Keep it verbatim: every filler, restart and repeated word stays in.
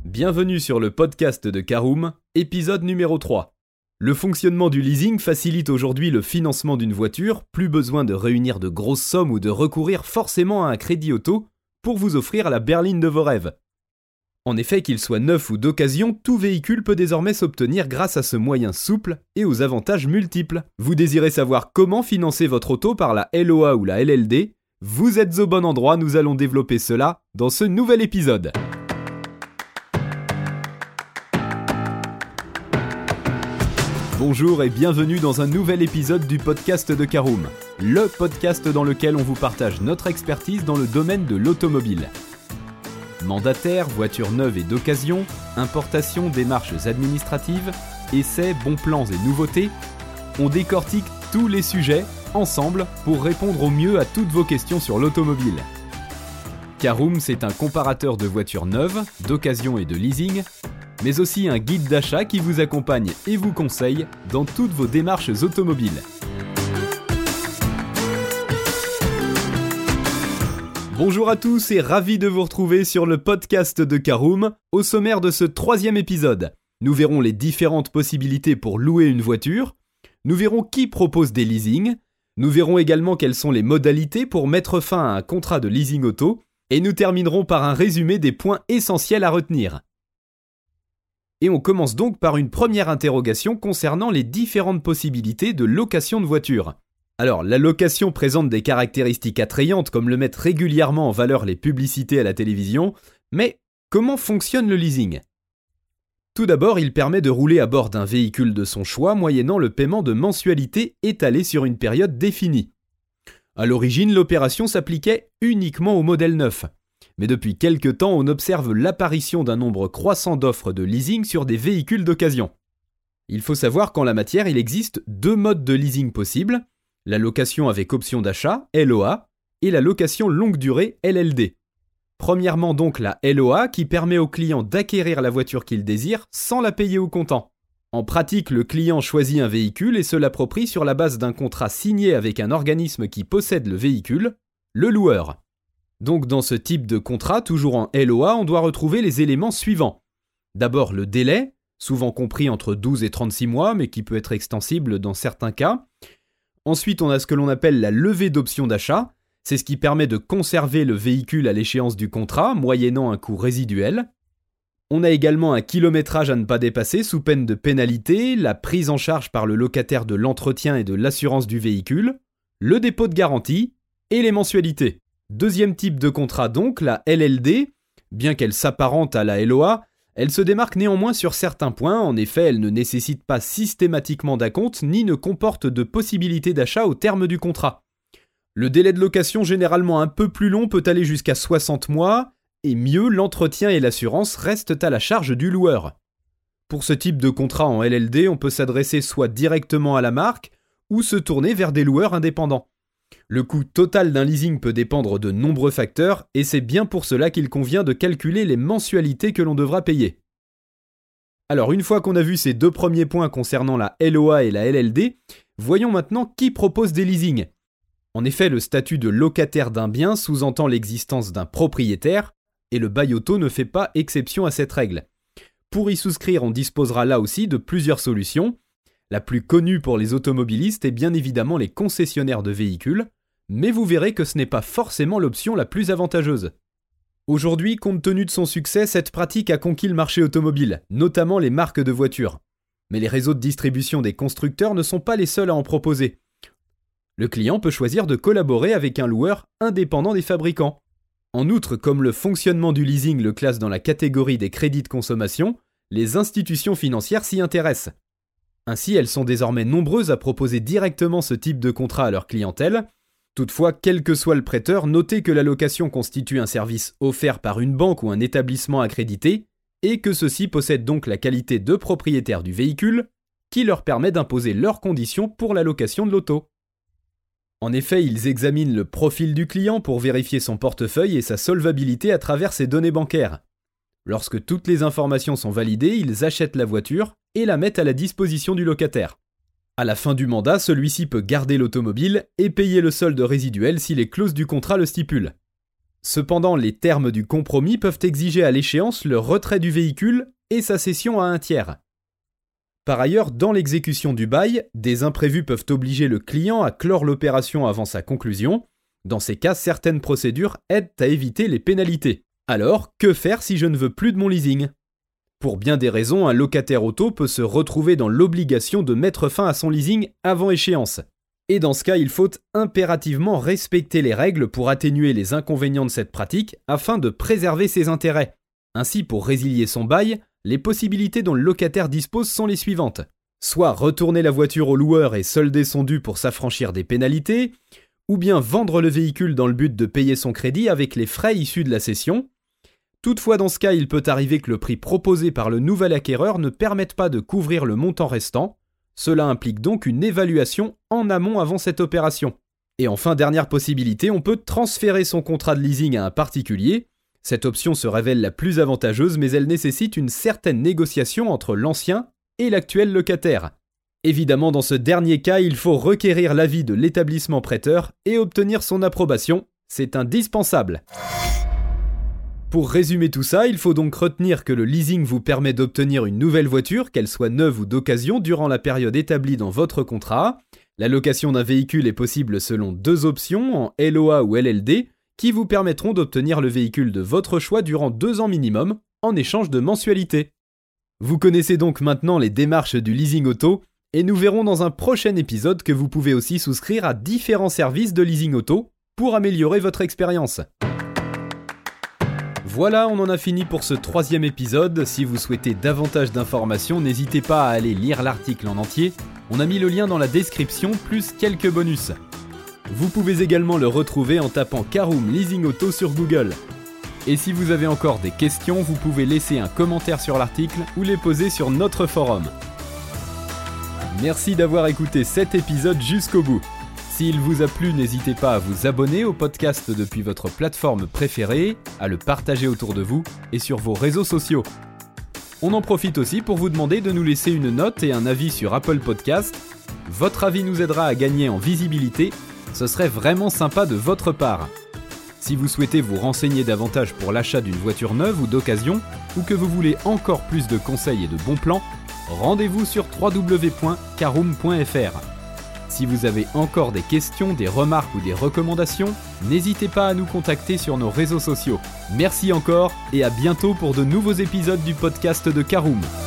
Bienvenue sur le podcast de Caroom, épisode numéro trois. Le fonctionnement du leasing facilite aujourd'hui le financement d'une voiture, plus besoin de réunir de grosses sommes ou de recourir forcément à un crédit auto pour vous offrir la berline de vos rêves. En effet, qu'il soit neuf ou d'occasion, tout véhicule peut désormais s'obtenir grâce à ce moyen souple et aux avantages multiples. Vous désirez savoir comment financer votre auto par la L O A ou la L L D ? Vous êtes au bon endroit, nous allons développer cela dans ce nouvel épisode. Bonjour et bienvenue dans un nouvel épisode du podcast de Caroom, le podcast dans lequel on vous partage notre expertise dans le domaine de l'automobile. Mandataires, voitures neuves et d'occasion, importation, démarches administratives, essais, bons plans et nouveautés, on décortique tous les sujets ensemble pour répondre au mieux à toutes vos questions sur l'automobile. Caroom, c'est un comparateur de voitures neuves, d'occasion et de leasing, mais aussi un guide d'achat qui vous accompagne et vous conseille dans toutes vos démarches automobiles. Bonjour à tous et ravi de vous retrouver sur le podcast de Caroom. Au sommaire de ce troisième épisode, nous verrons les différentes possibilités pour louer une voiture, nous verrons qui propose des leasings, nous verrons également quelles sont les modalités pour mettre fin à un contrat de leasing auto, et nous terminerons par un résumé des points essentiels à retenir. Et on commence donc par une première interrogation concernant les différentes possibilités de location de voiture. Alors, la location présente des caractéristiques attrayantes comme le mettent régulièrement en valeur les publicités à la télévision, mais comment fonctionne le leasing ? Tout d'abord, il permet de rouler à bord d'un véhicule de son choix moyennant le paiement de mensualités étalées sur une période définie. À l'origine, l'opération s'appliquait uniquement aux modèles neufs. Mais depuis quelque temps, on observe l'apparition d'un nombre croissant d'offres de leasing sur des véhicules d'occasion. Il faut savoir qu'en la matière, il existe deux modes de leasing possibles, la location avec option d'achat, L O A, et la location longue durée, L L D. Premièrement donc la L O A qui permet au client d'acquérir la voiture qu'il désire sans la payer au comptant. En pratique, le client choisit un véhicule et se l'approprie sur la base d'un contrat signé avec un organisme qui possède le véhicule, le loueur. Donc dans ce type de contrat, toujours en L O A, on doit retrouver les éléments suivants. D'abord le délai, souvent compris entre douze et trente-six mois, mais qui peut être extensible dans certains cas. Ensuite, on a ce que l'on appelle la levée d'option d'achat. C'est ce qui permet de conserver le véhicule à l'échéance du contrat, moyennant un coût résiduel. On a également un kilométrage à ne pas dépasser sous peine de pénalité, la prise en charge par le locataire de l'entretien et de l'assurance du véhicule, le dépôt de garantie et les mensualités. Deuxième type de contrat donc, la L L D, bien qu'elle s'apparente à la L O A, elle se démarque néanmoins sur certains points. En effet, elle ne nécessite pas systématiquement d'acompte ni ne comporte de possibilité d'achat au terme du contrat. Le délai de location généralement un peu plus long peut aller jusqu'à soixante mois, et mieux, l'entretien et l'assurance restent à la charge du loueur. Pour ce type de contrat en L L D, on peut s'adresser soit directement à la marque, ou se tourner vers des loueurs indépendants. Le coût total d'un leasing peut dépendre de nombreux facteurs et c'est bien pour cela qu'il convient de calculer les mensualités que l'on devra payer. Alors une fois qu'on a vu ces deux premiers points concernant la L O A et la L L D, voyons maintenant qui propose des leasings. En effet, le statut de locataire d'un bien sous-entend l'existence d'un propriétaire et le bail auto ne fait pas exception à cette règle. Pour y souscrire, on disposera là aussi de plusieurs solutions. La plus connue pour les automobilistes est bien évidemment les concessionnaires de véhicules, mais vous verrez que ce n'est pas forcément l'option la plus avantageuse. Aujourd'hui, compte tenu de son succès, cette pratique a conquis le marché automobile, notamment les marques de voitures. Mais les réseaux de distribution des constructeurs ne sont pas les seuls à en proposer. Le client peut choisir de collaborer avec un loueur indépendant des fabricants. En outre, comme le fonctionnement du leasing le classe dans la catégorie des crédits de consommation, les institutions financières s'y intéressent. Ainsi, elles sont désormais nombreuses à proposer directement ce type de contrat à leur clientèle. Toutefois, quel que soit le prêteur, notez que la location constitue un service offert par une banque ou un établissement accrédité et que ceux-ci possèdent donc la qualité de propriétaire du véhicule qui leur permet d'imposer leurs conditions pour la location de l'auto. En effet, ils examinent le profil du client pour vérifier son portefeuille et sa solvabilité à travers ses données bancaires. Lorsque toutes les informations sont validées, ils achètent la voiture et la mettent à la disposition du locataire. À la fin du mandat, celui-ci peut garder l'automobile et payer le solde résiduel si les clauses du contrat le stipulent. Cependant, les termes du compromis peuvent exiger à l'échéance le retrait du véhicule et sa cession à un tiers. Par ailleurs, dans l'exécution du bail, des imprévus peuvent obliger le client à clore l'opération avant sa conclusion. Dans ces cas, certaines procédures aident à éviter les pénalités. Alors, que faire si je ne veux plus de mon leasing ? Pour bien des raisons, un locataire auto peut se retrouver dans l'obligation de mettre fin à son leasing avant échéance. Et dans ce cas, il faut impérativement respecter les règles pour atténuer les inconvénients de cette pratique afin de préserver ses intérêts. Ainsi, pour résilier son bail, les possibilités dont le locataire dispose sont les suivantes. Soit retourner la voiture au loueur et solder son dû pour s'affranchir des pénalités, ou bien vendre le véhicule dans le but de payer son crédit avec les frais issus de la cession. Toutefois, dans ce cas, il peut arriver que le prix proposé par le nouvel acquéreur ne permette pas de couvrir le montant restant. Cela implique donc une évaluation en amont avant cette opération. Et enfin, dernière possibilité, on peut transférer son contrat de leasing à un particulier. Cette option se révèle la plus avantageuse, mais elle nécessite une certaine négociation entre l'ancien et l'actuel locataire. Évidemment, dans ce dernier cas, il faut requérir l'avis de l'établissement prêteur et obtenir son approbation. C'est indispensable. Pour résumer tout ça, il faut donc retenir que le leasing vous permet d'obtenir une nouvelle voiture, qu'elle soit neuve ou d'occasion, durant la période établie dans votre contrat. La location d'un véhicule est possible selon deux options, en L O A ou L L D, qui vous permettront d'obtenir le véhicule de votre choix durant deux ans minimum, en échange de mensualités. Vous connaissez donc maintenant les démarches du leasing auto, et nous verrons dans un prochain épisode que vous pouvez aussi souscrire à différents services de leasing auto pour améliorer votre expérience. Voilà, on en a fini pour ce troisième épisode. Si vous souhaitez davantage d'informations, n'hésitez pas à aller lire l'article en entier. On a mis le lien dans la description, plus quelques bonus. Vous pouvez également le retrouver en tapant Caroom Leasing Auto sur Google. Et si vous avez encore des questions, vous pouvez laisser un commentaire sur l'article ou les poser sur notre forum. Merci d'avoir écouté cet épisode jusqu'au bout. S'il vous a plu, n'hésitez pas à vous abonner au podcast depuis votre plateforme préférée, à le partager autour de vous et sur vos réseaux sociaux. On en profite aussi pour vous demander de nous laisser une note et un avis sur Apple Podcast. Votre avis nous aidera à gagner en visibilité. Ce serait vraiment sympa de votre part. Si vous souhaitez vous renseigner davantage pour l'achat d'une voiture neuve ou d'occasion, ou que vous voulez encore plus de conseils et de bons plans, rendez-vous sur w w w point caroom point f r. Si vous avez encore des questions, des remarques ou des recommandations, n'hésitez pas à nous contacter sur nos réseaux sociaux. Merci encore et à bientôt pour de nouveaux épisodes du podcast de Caroom.